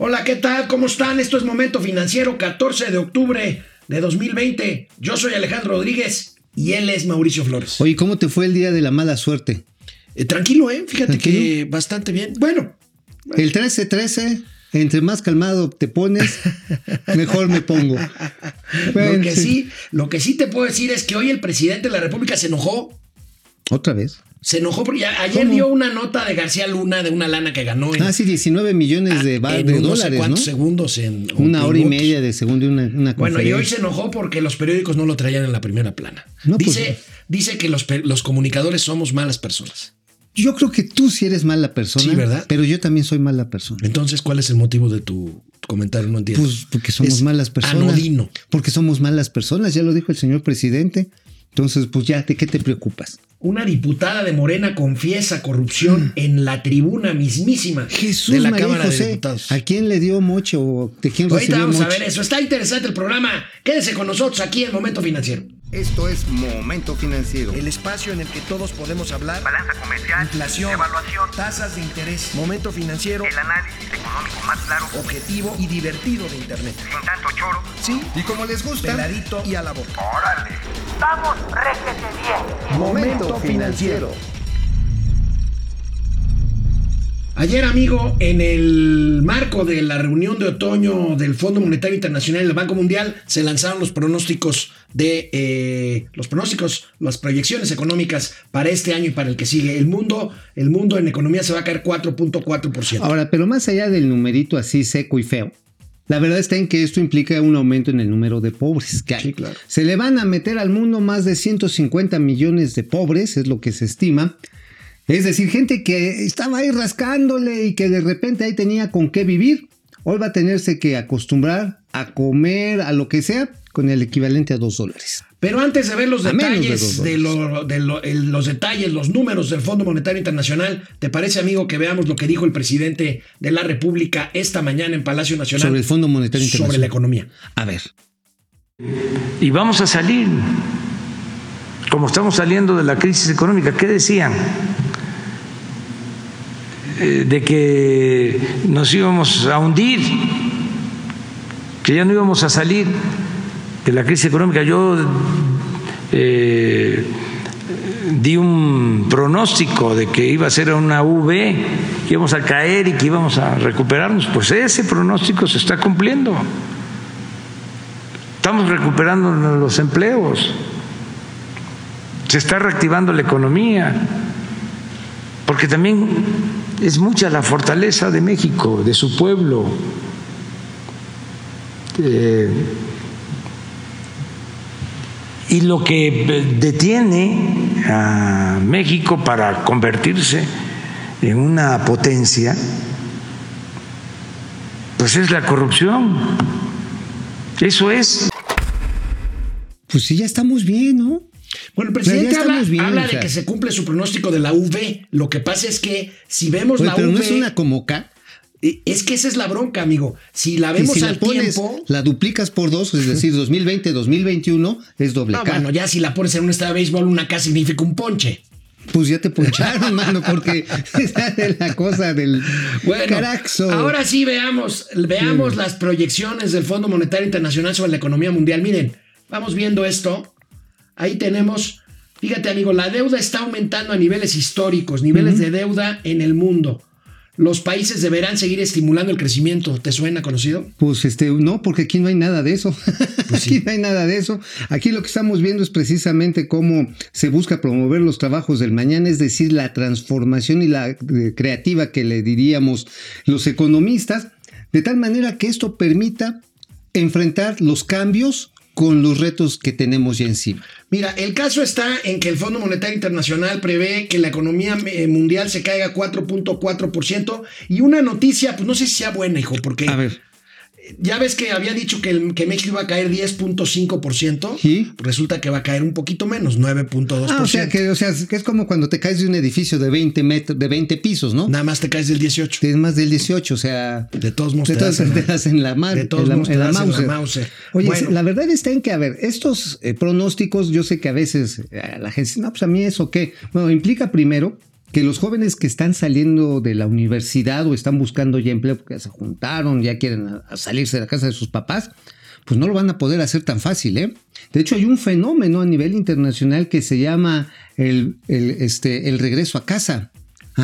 Hola, ¿qué tal? ¿Cómo están? Esto es Momento Financiero, 14 de octubre de 2020. Yo soy Alejandro Rodríguez y él es Mauricio Flores. Oye, ¿cómo te fue el día de la mala suerte? Tranquilo, fíjate ¿Tranquilo? que bastante bien. Bueno. El 13-13, entre más calmado te pones, mejor me pongo. Bueno, lo que sí te puedo decir es que hoy el presidente de la República se enojó. ¿Otra vez? Se enojó porque ayer dio una nota de García Luna de una lana que ganó. Sí, 19 millones de dólares, no sé cuántos ¿no? segundos. Una hora y media de segundo de una conferencia. Bueno, y hoy se enojó porque los periódicos no lo traían en la primera plana. No, dice que los comunicadores somos malas personas. Yo creo que tú sí eres mala persona. Sí, ¿verdad? Pero yo también soy mala persona. Entonces, ¿cuál es el motivo de tu comentario? No entiendo. Pues porque somos malas personas. Anodino. Porque somos malas personas, ya lo dijo el señor presidente. Entonces, pues ya, ¿de qué te preocupas? Una diputada de Morena confiesa corrupción en la tribuna mismísima Jesús, de la María Cámara José, de Diputados. ¿A quién le dio moche o de quién Ahorita recibió vamos moche? a ver eso. Está interesante el programa. Quédese con nosotros aquí en Momento Financiero. Esto es Momento Financiero. El espacio en el que todos podemos hablar. Balanza comercial, Inflación, evaluación, tasas de interés. Momento Financiero. el análisis económico más claro, Objetivo y divertido de Internet. sin tanto choro. Sí, Y como les gusta, peladito y a la boca. ¡Órale! ¡Vamos, réjete bien! Momento Financiero. Ayer, amigo, en el marco de la reunión de otoño del Fondo Monetario Internacional y del Banco Mundial, se lanzaron los pronósticos las proyecciones económicas para este año y para el que sigue. El mundo en economía se va a caer 4.4%. Ahora, pero más allá del numerito así seco y feo, la verdad está en que esto implica un aumento en el número de pobres que hay. Sí, claro. Se le van a meter al mundo más de 150 millones de pobres, es lo que se estima. Es decir, gente que estaba ahí rascándole y que de repente ahí tenía con qué vivir. Hoy va a tenerse que acostumbrar a comer, a lo que sea, con el equivalente a $2. Pero antes de ver los A menos de detalles los detalles, los números del Fondo Monetario Internacional, ¿te parece, amigo, que veamos lo que dijo el presidente de la República esta mañana en Palacio Nacional? Sobre el Fondo Monetario Internacional. Sobre la economía. A ver. Y vamos a salir, como estamos saliendo de la crisis económica. ¿Qué decían? De que nos íbamos a hundir, que ya no íbamos a salir de la crisis económica. Yo di un pronóstico de que iba a ser una V, que íbamos a caer y que íbamos a recuperarnos. Pues ese pronóstico se está cumpliendo. Estamos recuperando los empleos, se está reactivando la economía, porque también es mucha la fortaleza de México, de su pueblo. Y lo que detiene a México para convertirse en una potencia, pues es la corrupción. Eso es. Pues sí, ya estamos bien, ¿no? Bueno, el presidente habla o de sea, que se cumple su pronóstico de la V. Lo que pasa es que si vemos oye, la pero V... no es una como K. Es que esa es la bronca, amigo. Si la Y vemos si al la pones, tiempo... la duplicas por 2, es decir, 2020, 2021, es doble No, K. bueno, ya si la pones en un estadio de béisbol, una K significa un ponche. Pues ya te poncharon, mano, porque esa es la cosa del caraxo. Ahora sí veamos las proyecciones del Fondo Monetario Internacional sobre la economía mundial. Miren, vamos viendo esto. Ahí tenemos, fíjate, amigo, la deuda está aumentando a niveles históricos, niveles de deuda en el mundo. Los países deberán seguir estimulando el crecimiento. ¿Te suena conocido? Pues no, porque aquí no hay nada de eso. Pues aquí sí. no hay nada de eso. Aquí lo que estamos viendo es precisamente cómo se busca promover los trabajos del mañana, es decir, la transformación y la creativa que le diríamos los economistas, de tal manera que esto permita enfrentar los cambios con los retos que tenemos ya encima. Mira, el caso está en que el Fondo Monetario Internacional prevé que la economía mundial se caiga 4.4%, y una noticia, pues no sé si sea buena, hijo, porque A ver, ya ves que había dicho que México iba a caer 10.5%, ¿sí? Resulta que va a caer un poquito menos, 9.2%. O sea, que es como cuando te caes de un edificio de 20 pisos, ¿no? Nada más te caes del 18. Es más del 18, o sea... De todos modos te te das en la De todos modos te das en la Mauser. Oye, Bueno. la verdad está en que, a ver, estos pronósticos, yo sé que a veces la gente dice, no, pues a mí eso qué. Bueno, implica primero que los jóvenes que están saliendo de la universidad o están buscando ya empleo porque ya se juntaron, ya quieren salirse de la casa de sus papás, pues no lo van a poder hacer tan fácil, ¿eh? De hecho, hay un fenómeno a nivel internacional que se llama el regreso a casa,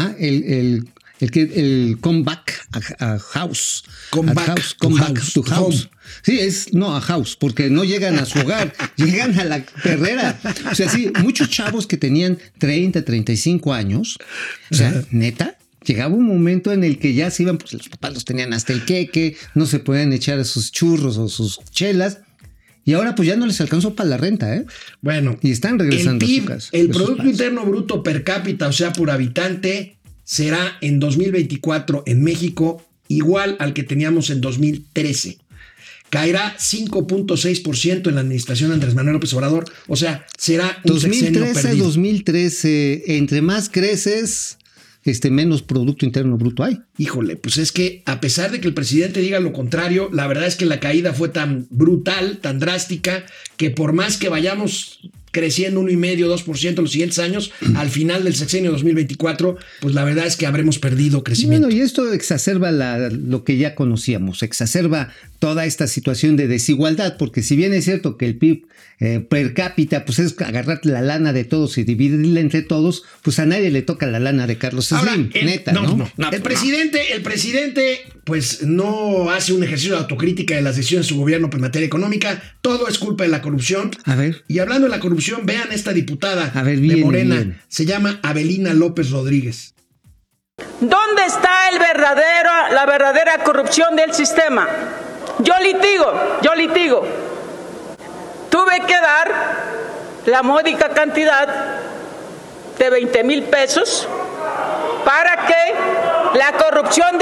el comeback a house. Comeback to house. Sí, a house, porque no llegan a su hogar, llegan a la perrera. O sea, sí, muchos chavos que tenían 30, 35 años, o sea, neta, llegaba un momento en el que ya se iban, pues los papás los tenían hasta el queque, no se podían echar sus churros o sus chelas. Y ahora pues ya no les alcanzó para la renta, ¿eh? Bueno. Y están regresando el PIB, a su casa. El Producto Interno Bruto per cápita, o sea, por habitante, será en 2024 en México igual al que teníamos en 2013. Caerá 5.6% en la administración de Andrés Manuel López Obrador. O sea, será un sexenio perdido. 2013, entre más creces, menos Producto Interno Bruto hay. Híjole, pues es que a pesar de que el presidente diga lo contrario, la verdad es que la caída fue tan brutal, tan drástica, que por más que vayamos creciendo 1,5%, 2% los siguientes años, al final del sexenio 2024, pues la verdad es que habremos perdido crecimiento. Bueno, y esto exacerba lo que ya conocíamos, exacerba toda esta situación de desigualdad, porque si bien es cierto que el PIB per cápita, pues es agarrar la lana de todos y dividirla entre todos, pues a nadie le toca la lana de Carlos Slim, neta, ¿no? El presidente, pues no hace un ejercicio de autocrítica de las decisiones de su gobierno en materia económica, todo es culpa de la corrupción. A ver. Y hablando de la corrupción, vean esta diputada bien, de Morena, bien. Se llama Avelina López Rodríguez. ¿Dónde está la verdadera corrupción del sistema? Yo litigo. Tuve que dar la módica cantidad de 20,000 pesos para que la corrupción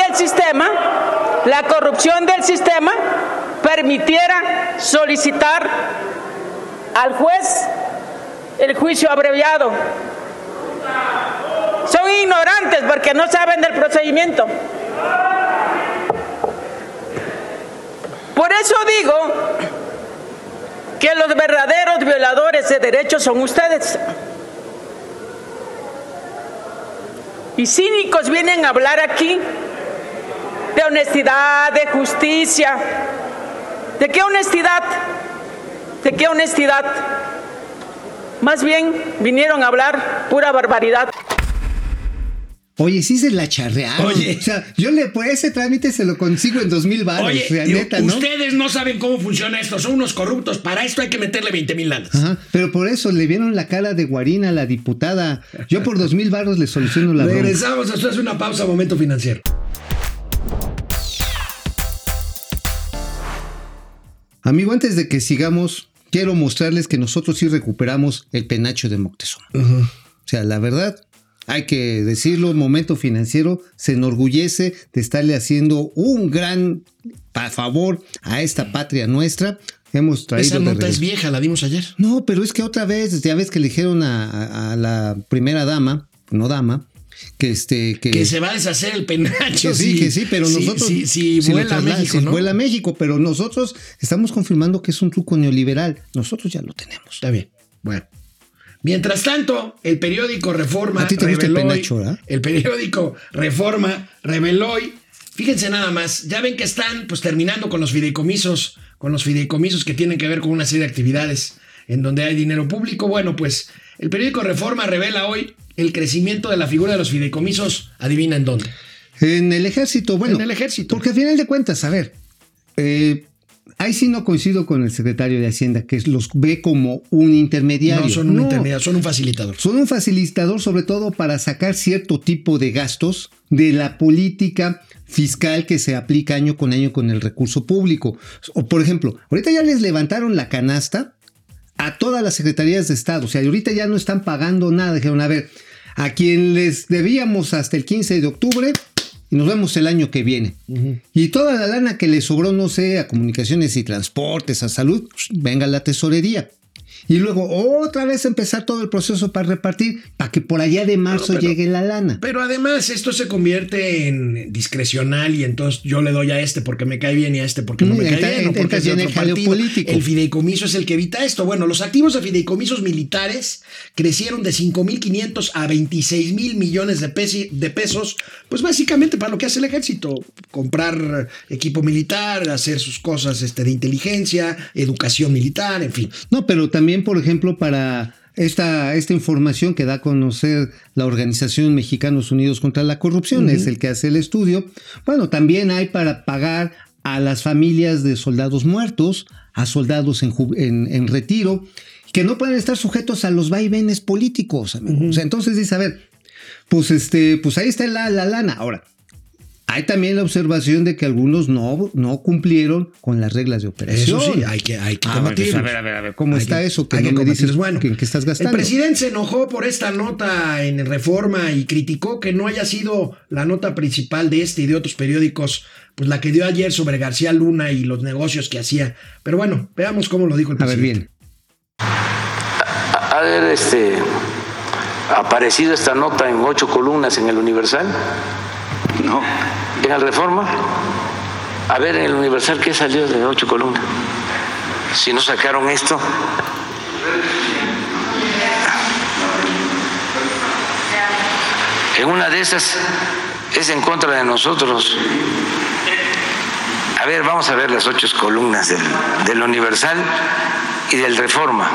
del sistema permitiera solicitar al juez el juicio abreviado. Son ignorantes porque no saben del procedimiento. Por eso digo que los verdaderos violadores de derechos son ustedes. Y cínicos vienen a hablar aquí de honestidad, de justicia. ¿De qué honestidad? ¿De qué honestidad? Más bien vinieron a hablar pura barbaridad. Oye, sí se la charrearon. Oye. O sea, yo por ese trámite se lo consigo en 2,000 baros. Oye, o sea, neta, ¿no? Ustedes no saben cómo funciona esto, son unos corruptos. Para esto hay que meterle 20,000 lanas. Ajá, pero por eso le vieron la cara de guarina a la diputada. Yo por 2,000 baros le soluciono la bronca. Regresamos después de una pausa, Momento Financiero. Amigo, antes de que sigamos, quiero mostrarles que nosotros sí recuperamos el penacho de Moctezuma. O sea, la verdad, hay que decirlo, Momento Financiero se enorgullece de estarle haciendo un gran favor a esta patria nuestra. Hemos traído Esa nota es vieja, la dimos ayer. No, pero es que otra vez, ya ves que le dijeron a la primera dama, que se va a deshacer el penacho. Que sí, pero nosotros si vuela a México, ¿no? Vuela a México, pero nosotros estamos confirmando que es un truco neoliberal. Nosotros ya lo tenemos. Está bien. Bueno. Mientras tanto, el periódico Reforma ¿A ti te gusta el penacho, verdad? El periódico Reforma reveló hoy, fíjense nada más, ya ven que están pues terminando con los fideicomisos que tienen que ver con una serie de actividades en donde hay dinero público. Bueno, pues el periódico Reforma revela hoy el crecimiento de la figura de los fideicomisos. ¿Adivina en dónde? En el ejército, bueno. En el ejército. Porque al final de cuentas, a ver, ahí sí no coincido con el secretario de Hacienda, que los ve como un intermediario. No son un intermediario, son un facilitador. Son un facilitador sobre todo para sacar cierto tipo de gastos de la política fiscal que se aplica año con el recurso público. O, por ejemplo, ahorita ya les levantaron la canasta a todas las secretarías de Estado. O sea, ahorita ya no están pagando nada. Dijeron, a ver, a quien les debíamos hasta el 15 de octubre y nos vemos el año que viene. Y toda la lana que les sobró, no sé, a comunicaciones y transportes, a salud, venga a la tesorería. y luego otra vez empezar todo el proceso para repartir, para que por allá de marzo llegue la lana. Pero además esto se convierte en discrecional y entonces yo le doy a este porque me cae bien y a este porque no me cae bien o porque es de otro partido. El fideicomiso es el que evita esto. Bueno, los activos de fideicomisos militares crecieron de 5.500 a 26.000 millones de pesos, pues básicamente para lo que hace el ejército, comprar equipo militar, hacer sus cosas de inteligencia, educación militar, en fin. No, pero también, por ejemplo, para esta información que da a conocer la Organización Mexicanos Unidos contra la Corrupción, es el que hace el estudio. Bueno, también hay para pagar a las familias de soldados muertos, a soldados en retiro, que no pueden estar sujetos a los vaivenes políticos, amigo. O sea, entonces dice, a ver, pues ahí está la lana. Ahora, hay también la observación de que algunos no cumplieron con las reglas de operación. Eso sí, hay que combatirlos. A ver, ¿cómo está eso? Que no me dices, bueno, ¿qué estás gastando? El presidente se enojó por esta nota en Reforma y criticó que no haya sido la nota principal de este y de otros periódicos, pues la que dio ayer sobre García Luna y los negocios que hacía. Pero bueno, veamos cómo lo dijo el presidente. A ver, bien. Ha haber aparecido esta nota en 8 columnas en el Universal. No. En el Reforma. A ver, en el Universal, ¿qué salió de 8 columnas? Si no sacaron esto. En una de esas es en contra de nosotros. A ver, vamos a ver las 8 columnas del Universal y del Reforma.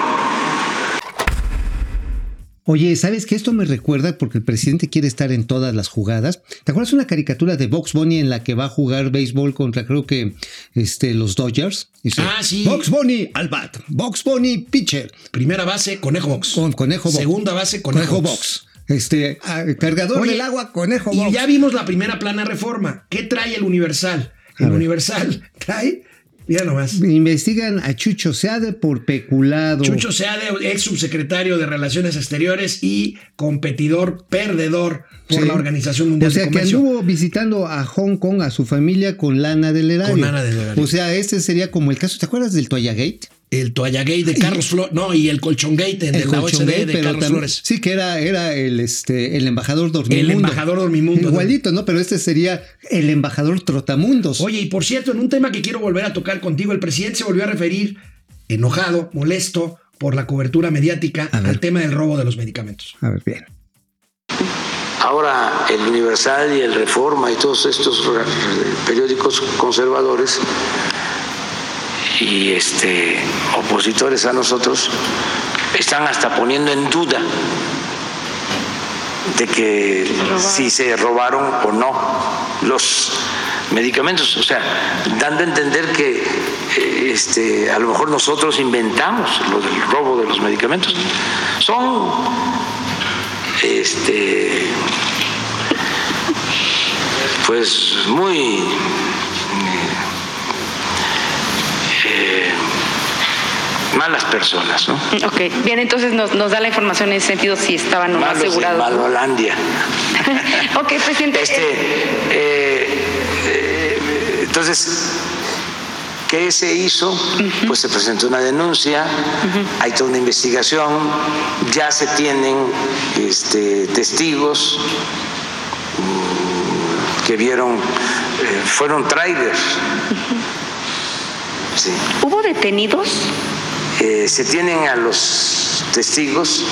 Oye, ¿sabes qué? Esto me recuerda porque el presidente quiere estar en todas las jugadas. ¿Te acuerdas una caricatura de Bugs Bunny en la que va a jugar béisbol contra, creo que, los Dodgers? Dice, sí. Bugs Bunny al bat, Bugs Bunny pitcher. Primera base, Conejo Box. Conejo Box. Segunda base, Conejo Box. Cargador del agua, Conejo Box. Y ya vimos la primera plana Reforma. ¿Qué trae el Universal? El Universal trae... Mira nomás. Investigan a Chucho Seade por peculado. Chucho Seade, ex subsecretario de Relaciones Exteriores y competidor perdedor por la Organización Mundial de Comercio. O sea, que anduvo visitando a Hong Kong a su familia con lana del erario. Con lana del erario. O sea, este sería como el caso, ¿te acuerdas del Toallagate? El Toallagate de Carlos Flores. No, y el Colchongate de la OCDE de Carlos Flores. Sí, que era el embajador Dormimundo. El embajador Dormimundo. Igualito, ¿no? Pero este sería el embajador Trotamundos. Oye, y por cierto, en un tema que quiero volver a tocar contigo, el presidente se volvió a referir, enojado, molesto, por la cobertura mediática al tema del robo de los medicamentos. A ver, bien. Ahora el Universal y el Reforma y todos estos periódicos conservadores y opositores a nosotros están hasta poniendo en duda de que si se robaron o no los medicamentos, o sea, dando a entender que a lo mejor nosotros inventamos lo del robo de los medicamentos. Son pues muy malas personas, ¿no? Ok, bien, entonces nos da la información en ese sentido si estaban o no asegurados. Malolandia. Ok, presidente. Entonces, ¿qué se hizo? Pues se presentó una denuncia, hay toda una investigación, ya se tienen testigos que vieron, fueron trailers. Sí. ¿Hubo detenidos? Se tienen a los testigos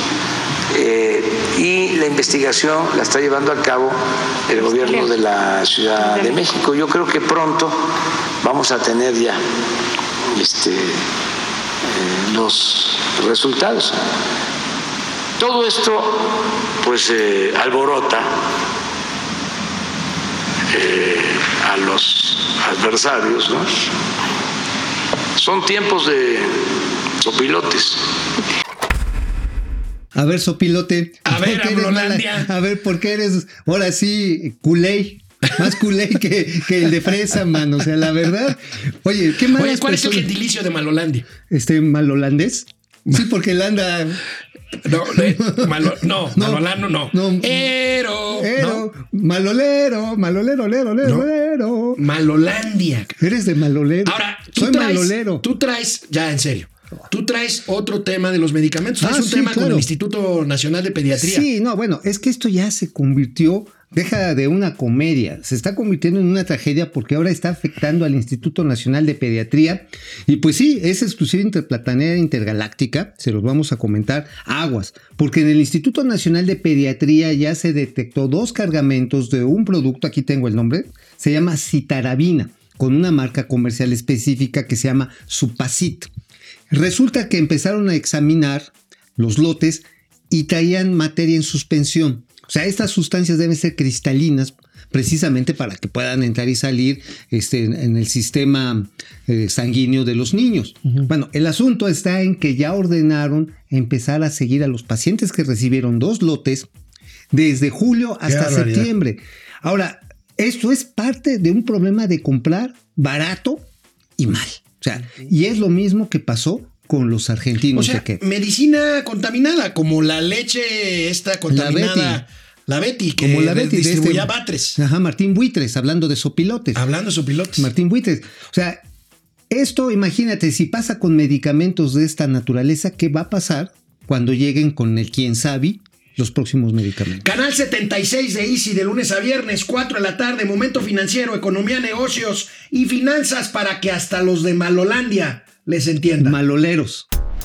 y la investigación la está llevando a cabo el gobierno de la Ciudad de México. Yo creo que pronto vamos a tener ya los resultados. Todo esto pues alborota a los adversarios, ¿no? Son tiempos de sopilotes. A ver, sopilote. A ver, Amlolandia. A ver, ¿por qué eres ahora sí culé? Más culé que el de fresa, man. O sea, la verdad. Oye, qué malas Oye, ¿cuál personas? es el gentilicio de Malolandia? ¿Malholandés? Sí, porque él anda... Malolano no. Ero. ¿No? Malolero. Malolandia. Eres de Malolero. Ahora, Soy malolero. Tú traes, ya en serio, Tú traes otro tema de los medicamentos. Traes un sí, tema claro. con el Instituto Nacional de Pediatría. Sí, no, bueno, es que esto ya se convirtió, deja de una comedia, se está convirtiendo en una tragedia porque ahora está afectando al Instituto Nacional de Pediatría. Y pues sí, es exclusiva interplanetaria intergaláctica, se los vamos a comentar, aguas, porque en el Instituto Nacional de Pediatría ya se detectó 2 cargamentos de un producto, aquí tengo el nombre, se llama citarabina, con una marca comercial específica que se llama Supacit. Resulta que empezaron a examinar los lotes y traían materia en suspensión. O sea, estas sustancias deben ser cristalinas precisamente para que puedan entrar y salir en el sistema sanguíneo de los niños. Bueno, el asunto está en que ya ordenaron empezar a seguir a los pacientes que recibieron 2 lotes desde julio hasta septiembre. Ahora, esto es parte de un problema de comprar barato y mal. O sea, y es lo mismo que pasó con los argentinos. O sea, medicina contaminada, como la leche esta contaminada. La Betty, que como la Betty distribuía Batres. Ajá, Martín Buitres, hablando de sopilotes. Hablando de sopilotes. Martín Buitres. O sea, esto, imagínate, si pasa con medicamentos de esta naturaleza, ¿qué va a pasar cuando lleguen con el quién sabe los próximos medicamentos? Canal 76 de Easy, de lunes a viernes, 4 de la tarde, Momento Financiero, Economía, Negocios y Finanzas, para que hasta los de Malolandia les entiendan. Maloleros.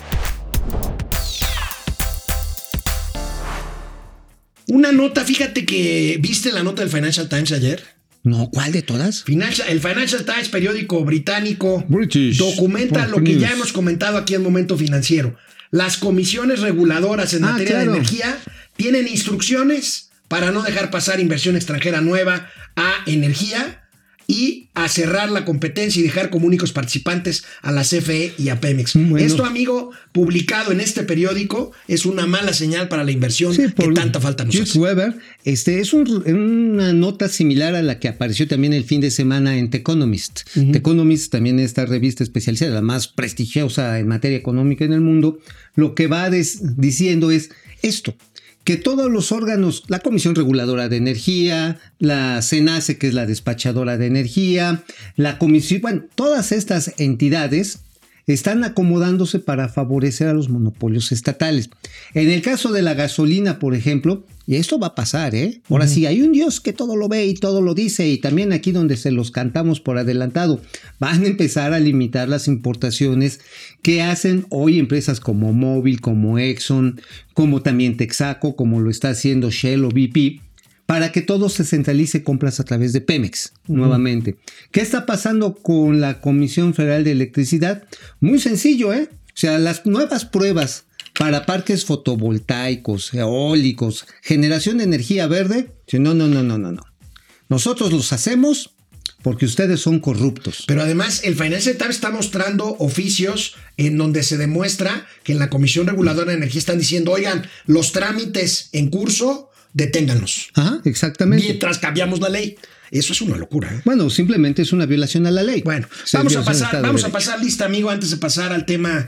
Una nota, fíjate que, ¿viste la nota del Financial Times ayer? No, ¿cuál de todas? El Financial Times, periódico británico, British documenta lo que ya hemos comentado aquí en Momento Financiero. Las comisiones reguladoras en materia de energía tienen instrucciones para no dejar pasar inversión extranjera nueva a energía y a cerrar la competencia y dejar como únicos participantes a la CFE y a Pemex. Bueno. Esto, amigo, publicado en este periódico, es una mala señal para la inversión que tanta falta nos hace. Weber, es una nota similar a la que apareció también el fin de semana en The Economist. The Economist, también esta revista especializada, la más prestigiosa en materia económica en el mundo, lo que va diciendo es esto: que todos los órganos, la Comisión Reguladora de Energía, la CENACE, que es la despachadora de energía, la Comisión, bueno, todas estas entidades están acomodándose para favorecer a los monopolios estatales. En el caso de la gasolina, por ejemplo, y esto va a pasar, Ahora sí, hay un Dios que todo lo ve y todo lo dice, y también aquí donde se los cantamos por adelantado, van a empezar a limitar las importaciones que hacen hoy empresas como Mobil, como Exxon, como también Texaco, como lo está haciendo Shell o BP, para que todo se centralice compras a través de Pemex nuevamente. ¿Qué está pasando con la Comisión Federal de Electricidad? Muy sencillo, O sea, las nuevas pruebas para parques fotovoltaicos, eólicos, generación de energía verde, no. Nosotros los hacemos porque ustedes son corruptos. Pero además, el Financial Times está mostrando oficios en donde se demuestra que en la Comisión Reguladora de Energía están diciendo, oigan, los trámites en curso, deténganlos. Ajá, exactamente. Mientras cambiamos la ley. Eso es una locura. Bueno, simplemente es una violación a la ley. Bueno, vamos a pasar lista, amigo, antes de pasar al tema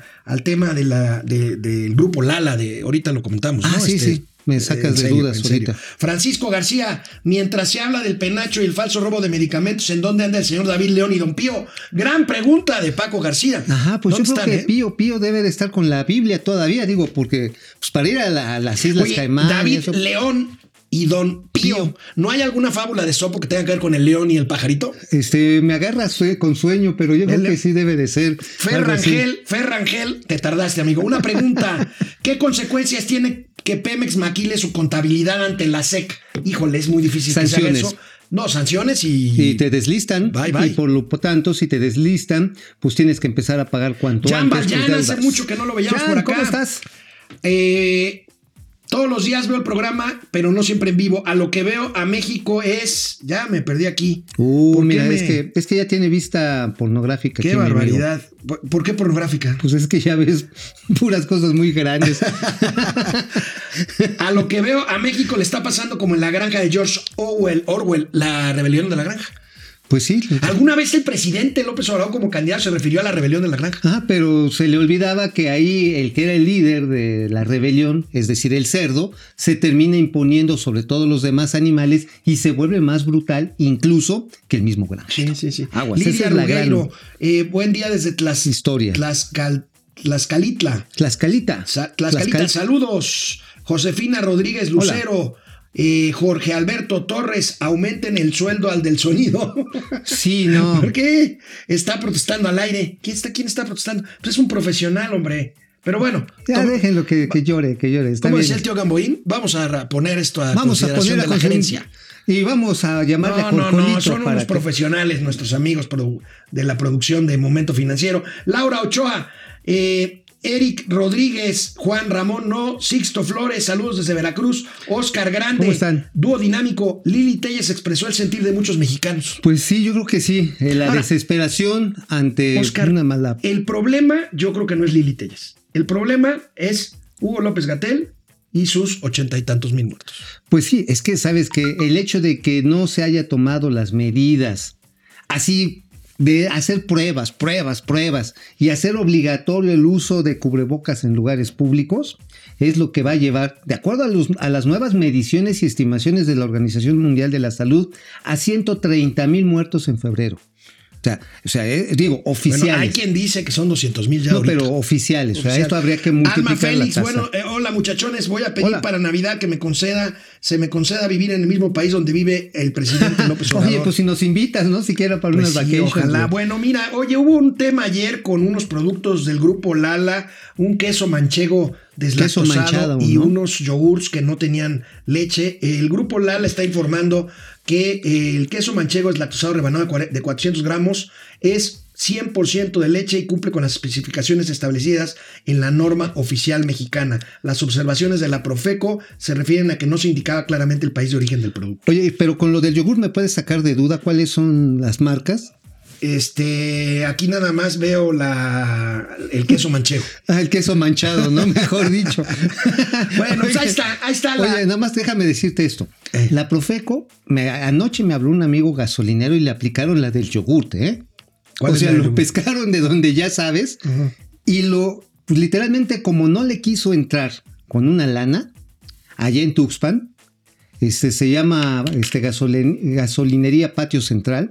del grupo Lala, ahorita lo comentamos, ¿no? Sí. Me sacas de dudas ahorita. Francisco García, mientras se habla del penacho y el falso robo de medicamentos, ¿en dónde anda el señor David León y don Pío? Gran pregunta de Paco García. Ajá, pues yo creo que Pío debe de estar con la Biblia todavía, digo, porque pues para ir a las Islas Caimán. David León y don Pío. ¿No hay alguna fábula de Sopo que tenga que ver con el león y el pajarito? Me agarras con sueño, pero yo creo que sí debe de ser. Ferrangel, te tardaste, amigo. Una pregunta: ¿qué consecuencias tiene que Pemex maquile su contabilidad ante la SEC? Híjole, es muy difícil. Sanciones. Que se haga eso. No, sanciones y te deslistan. Bye. Y por lo tanto, si te deslistan, pues tienes que empezar a pagar cuanto antes. Ya hace mucho que no lo veíamos por acá. ¿Cómo estás? Todos los días veo el programa, pero no siempre en vivo. A lo que veo a México es... Ya me perdí aquí. Mira, es que ya tiene vista pornográfica. ¡Qué barbaridad! ¿Por qué pornográfica? Pues es que ya ves puras cosas muy grandes. A lo que veo a México le está pasando como en La Granja de George Orwell, la rebelión de la granja. Pues sí. ¿Alguna vez el presidente López Obrador como candidato se refirió a la rebelión de la granja? Pero se le olvidaba que ahí el que era el líder de la rebelión, es decir, el cerdo, se termina imponiendo sobre todos los demás animales y se vuelve más brutal incluso que el mismo granjero. Sí. Aguas, Lidia esa es la Rugueiro, buen día desde historia. Tlaxcalitla. Tlaxcalita. Tlaxcalita, saludos. Josefina Rodríguez Lucero. Jorge Alberto Torres, aumenten el sueldo al del sonido. Sí, no. ¿Por qué? Está protestando al aire. ¿Quién está protestando? Pues es un profesional, hombre. Pero bueno. Ya déjenlo que llore. Está ¿Cómo bien. decía el tío Gamboín? Vamos a poner esto a consideración de la gerencia. Y vamos a llamarle a Corcolito. No, son unos profesionales, nuestros amigos de la producción de Momento Financiero. Laura Ochoa, Eric Rodríguez, Juan Ramón No, Sixto Flores, saludos desde Veracruz, Oscar Grande, ¿cómo están? Dúo Dinámico, Lili Telles expresó el sentir de muchos mexicanos. Pues sí, yo creo que sí, la desesperación ante Oscar, una mala... El problema yo creo que no es Lili Telles, el problema es Hugo López-Gatell y sus 80 y tantos mil muertos. Pues sí, es que sabes que el hecho de que no se haya tomado las medidas así de hacer pruebas y hacer obligatorio el uso de cubrebocas en lugares públicos es lo que va a llevar, de acuerdo a las nuevas mediciones y estimaciones de la Organización Mundial de la Salud, a 130,000 muertos en febrero. O sea, digo, oficiales. Bueno, hay quien dice que son 200,000 ya ahorita. Pero oficiales. O sea, esto habría que multiplicar. Alma Félix, la tasa. bueno, hola muchachones, voy a pedir para Navidad que se me conceda vivir en el mismo país donde vive el presidente López Obrador. Oye, pues si nos invitas, ¿no? Siquiera para unas vacaciones. Ojalá. Güey. Bueno, mira, oye, hubo un tema ayer con unos productos del grupo Lala, un queso manchego deslactosado y unos yogurts que no tenían leche. El grupo Lala está informando que el queso manchego deslactosado rebanado de 400 gramos es 100% de leche y cumple con las especificaciones establecidas en la norma oficial mexicana. Las observaciones de la Profeco se refieren a que no se indicaba claramente el país de origen del producto. Oye, pero con lo del yogur me puedes sacar de duda cuáles son las marcas. Aquí nada más veo el queso manchego. El queso manchado, ¿no? Mejor dicho. Bueno, pues ahí está. Oye, nada más déjame decirte esto. La Profeco, anoche me habló un amigo gasolinero y le aplicaron la del yogurt, ¿eh? O sea, lo pescaron de donde ya sabes, y pues, literalmente como no le quiso entrar con una lana, allá en Tuxpan, se llama Gasolinería Patio Central,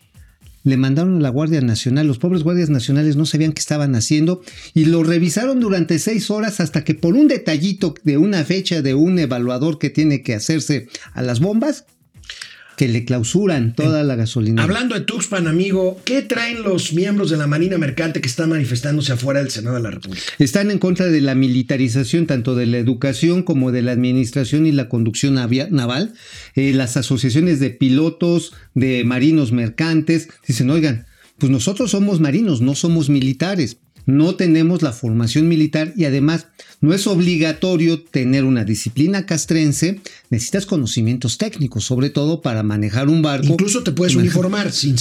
le mandaron a la Guardia Nacional. Los pobres guardias nacionales no sabían qué estaban haciendo y lo revisaron durante 6 horas hasta que por un detallito de una fecha de un evaluador que tiene que hacerse a las bombas, que le clausuran toda la gasolina. Hablando de Tuxpan, amigo, ¿qué traen los miembros de la Marina Mercante que están manifestándose afuera del Senado de la República? Están en contra de la militarización tanto de la educación como de la administración y la conducción naval. Las asociaciones de pilotos, de marinos mercantes, dicen, oigan, pues nosotros somos marinos, no somos militares. No tenemos la formación militar y además no es obligatorio tener una disciplina castrense. Necesitas conocimientos técnicos, sobre todo para manejar un barco. Incluso te puedes uniformar sin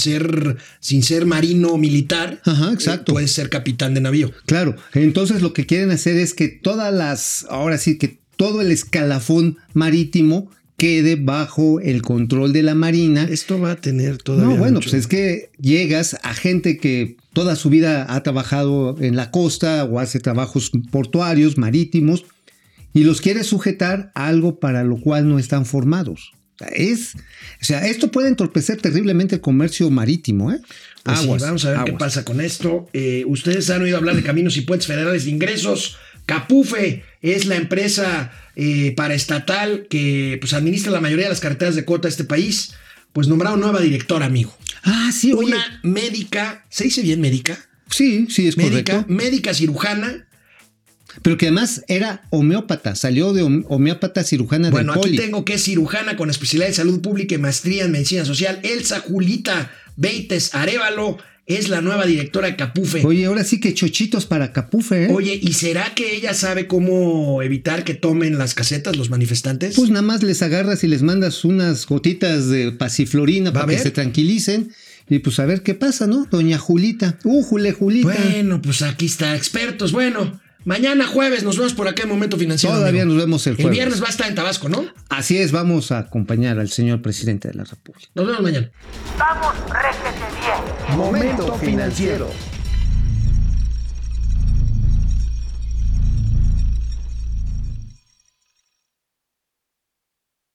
ser marino militar. Ajá, exacto. Puedes ser capitán de navío. Claro. Entonces lo que quieren hacer es que ahora sí que todo el escalafón marítimo quede bajo el control de la Marina. Esto va a tener todavía. No, bueno, pues es que llegas a gente que toda su vida ha trabajado en la costa o hace trabajos portuarios, marítimos, y los quieres sujetar a algo para lo cual no están formados. O sea, esto puede entorpecer terriblemente el comercio marítimo, ¿eh? Pues aguas, sí, vamos a ver qué pasa con esto. Ustedes han oído hablar de Caminos y Puentes Federales de Ingresos. Capufe es la empresa paraestatal que pues administra la mayoría de las carreteras de cuota de este país. Pues nombraron nueva directora, amigo. Ah, sí, oye. Una médica, ¿se dice bien médica? Sí, es correcto. Médica cirujana. Pero que además era homeópata, salió de homeópata cirujana del Poli. Bueno, aquí tengo que es cirujana con especialidad en salud pública y maestría en medicina social. Elsa Julita Beites Arévalo es la nueva directora de Capufe. Oye, ahora sí que chochitos para Capufe, ¿eh? Oye, ¿y será que ella sabe cómo evitar que tomen las casetas los manifestantes? Pues nada más les agarras y les mandas unas gotitas de pasiflorina para que se tranquilicen. Y pues a ver qué pasa, ¿no? Doña Julita. Julita. Bueno, pues aquí está, expertos. Bueno, mañana jueves nos vemos por acá en Momento Financiero. Todavía nos vemos el jueves. El viernes va a estar en Tabasco, ¿no? Así es, vamos a acompañar al señor presidente de la República. Nos vemos mañana. Vamos, réjete bien. Momento Financiero.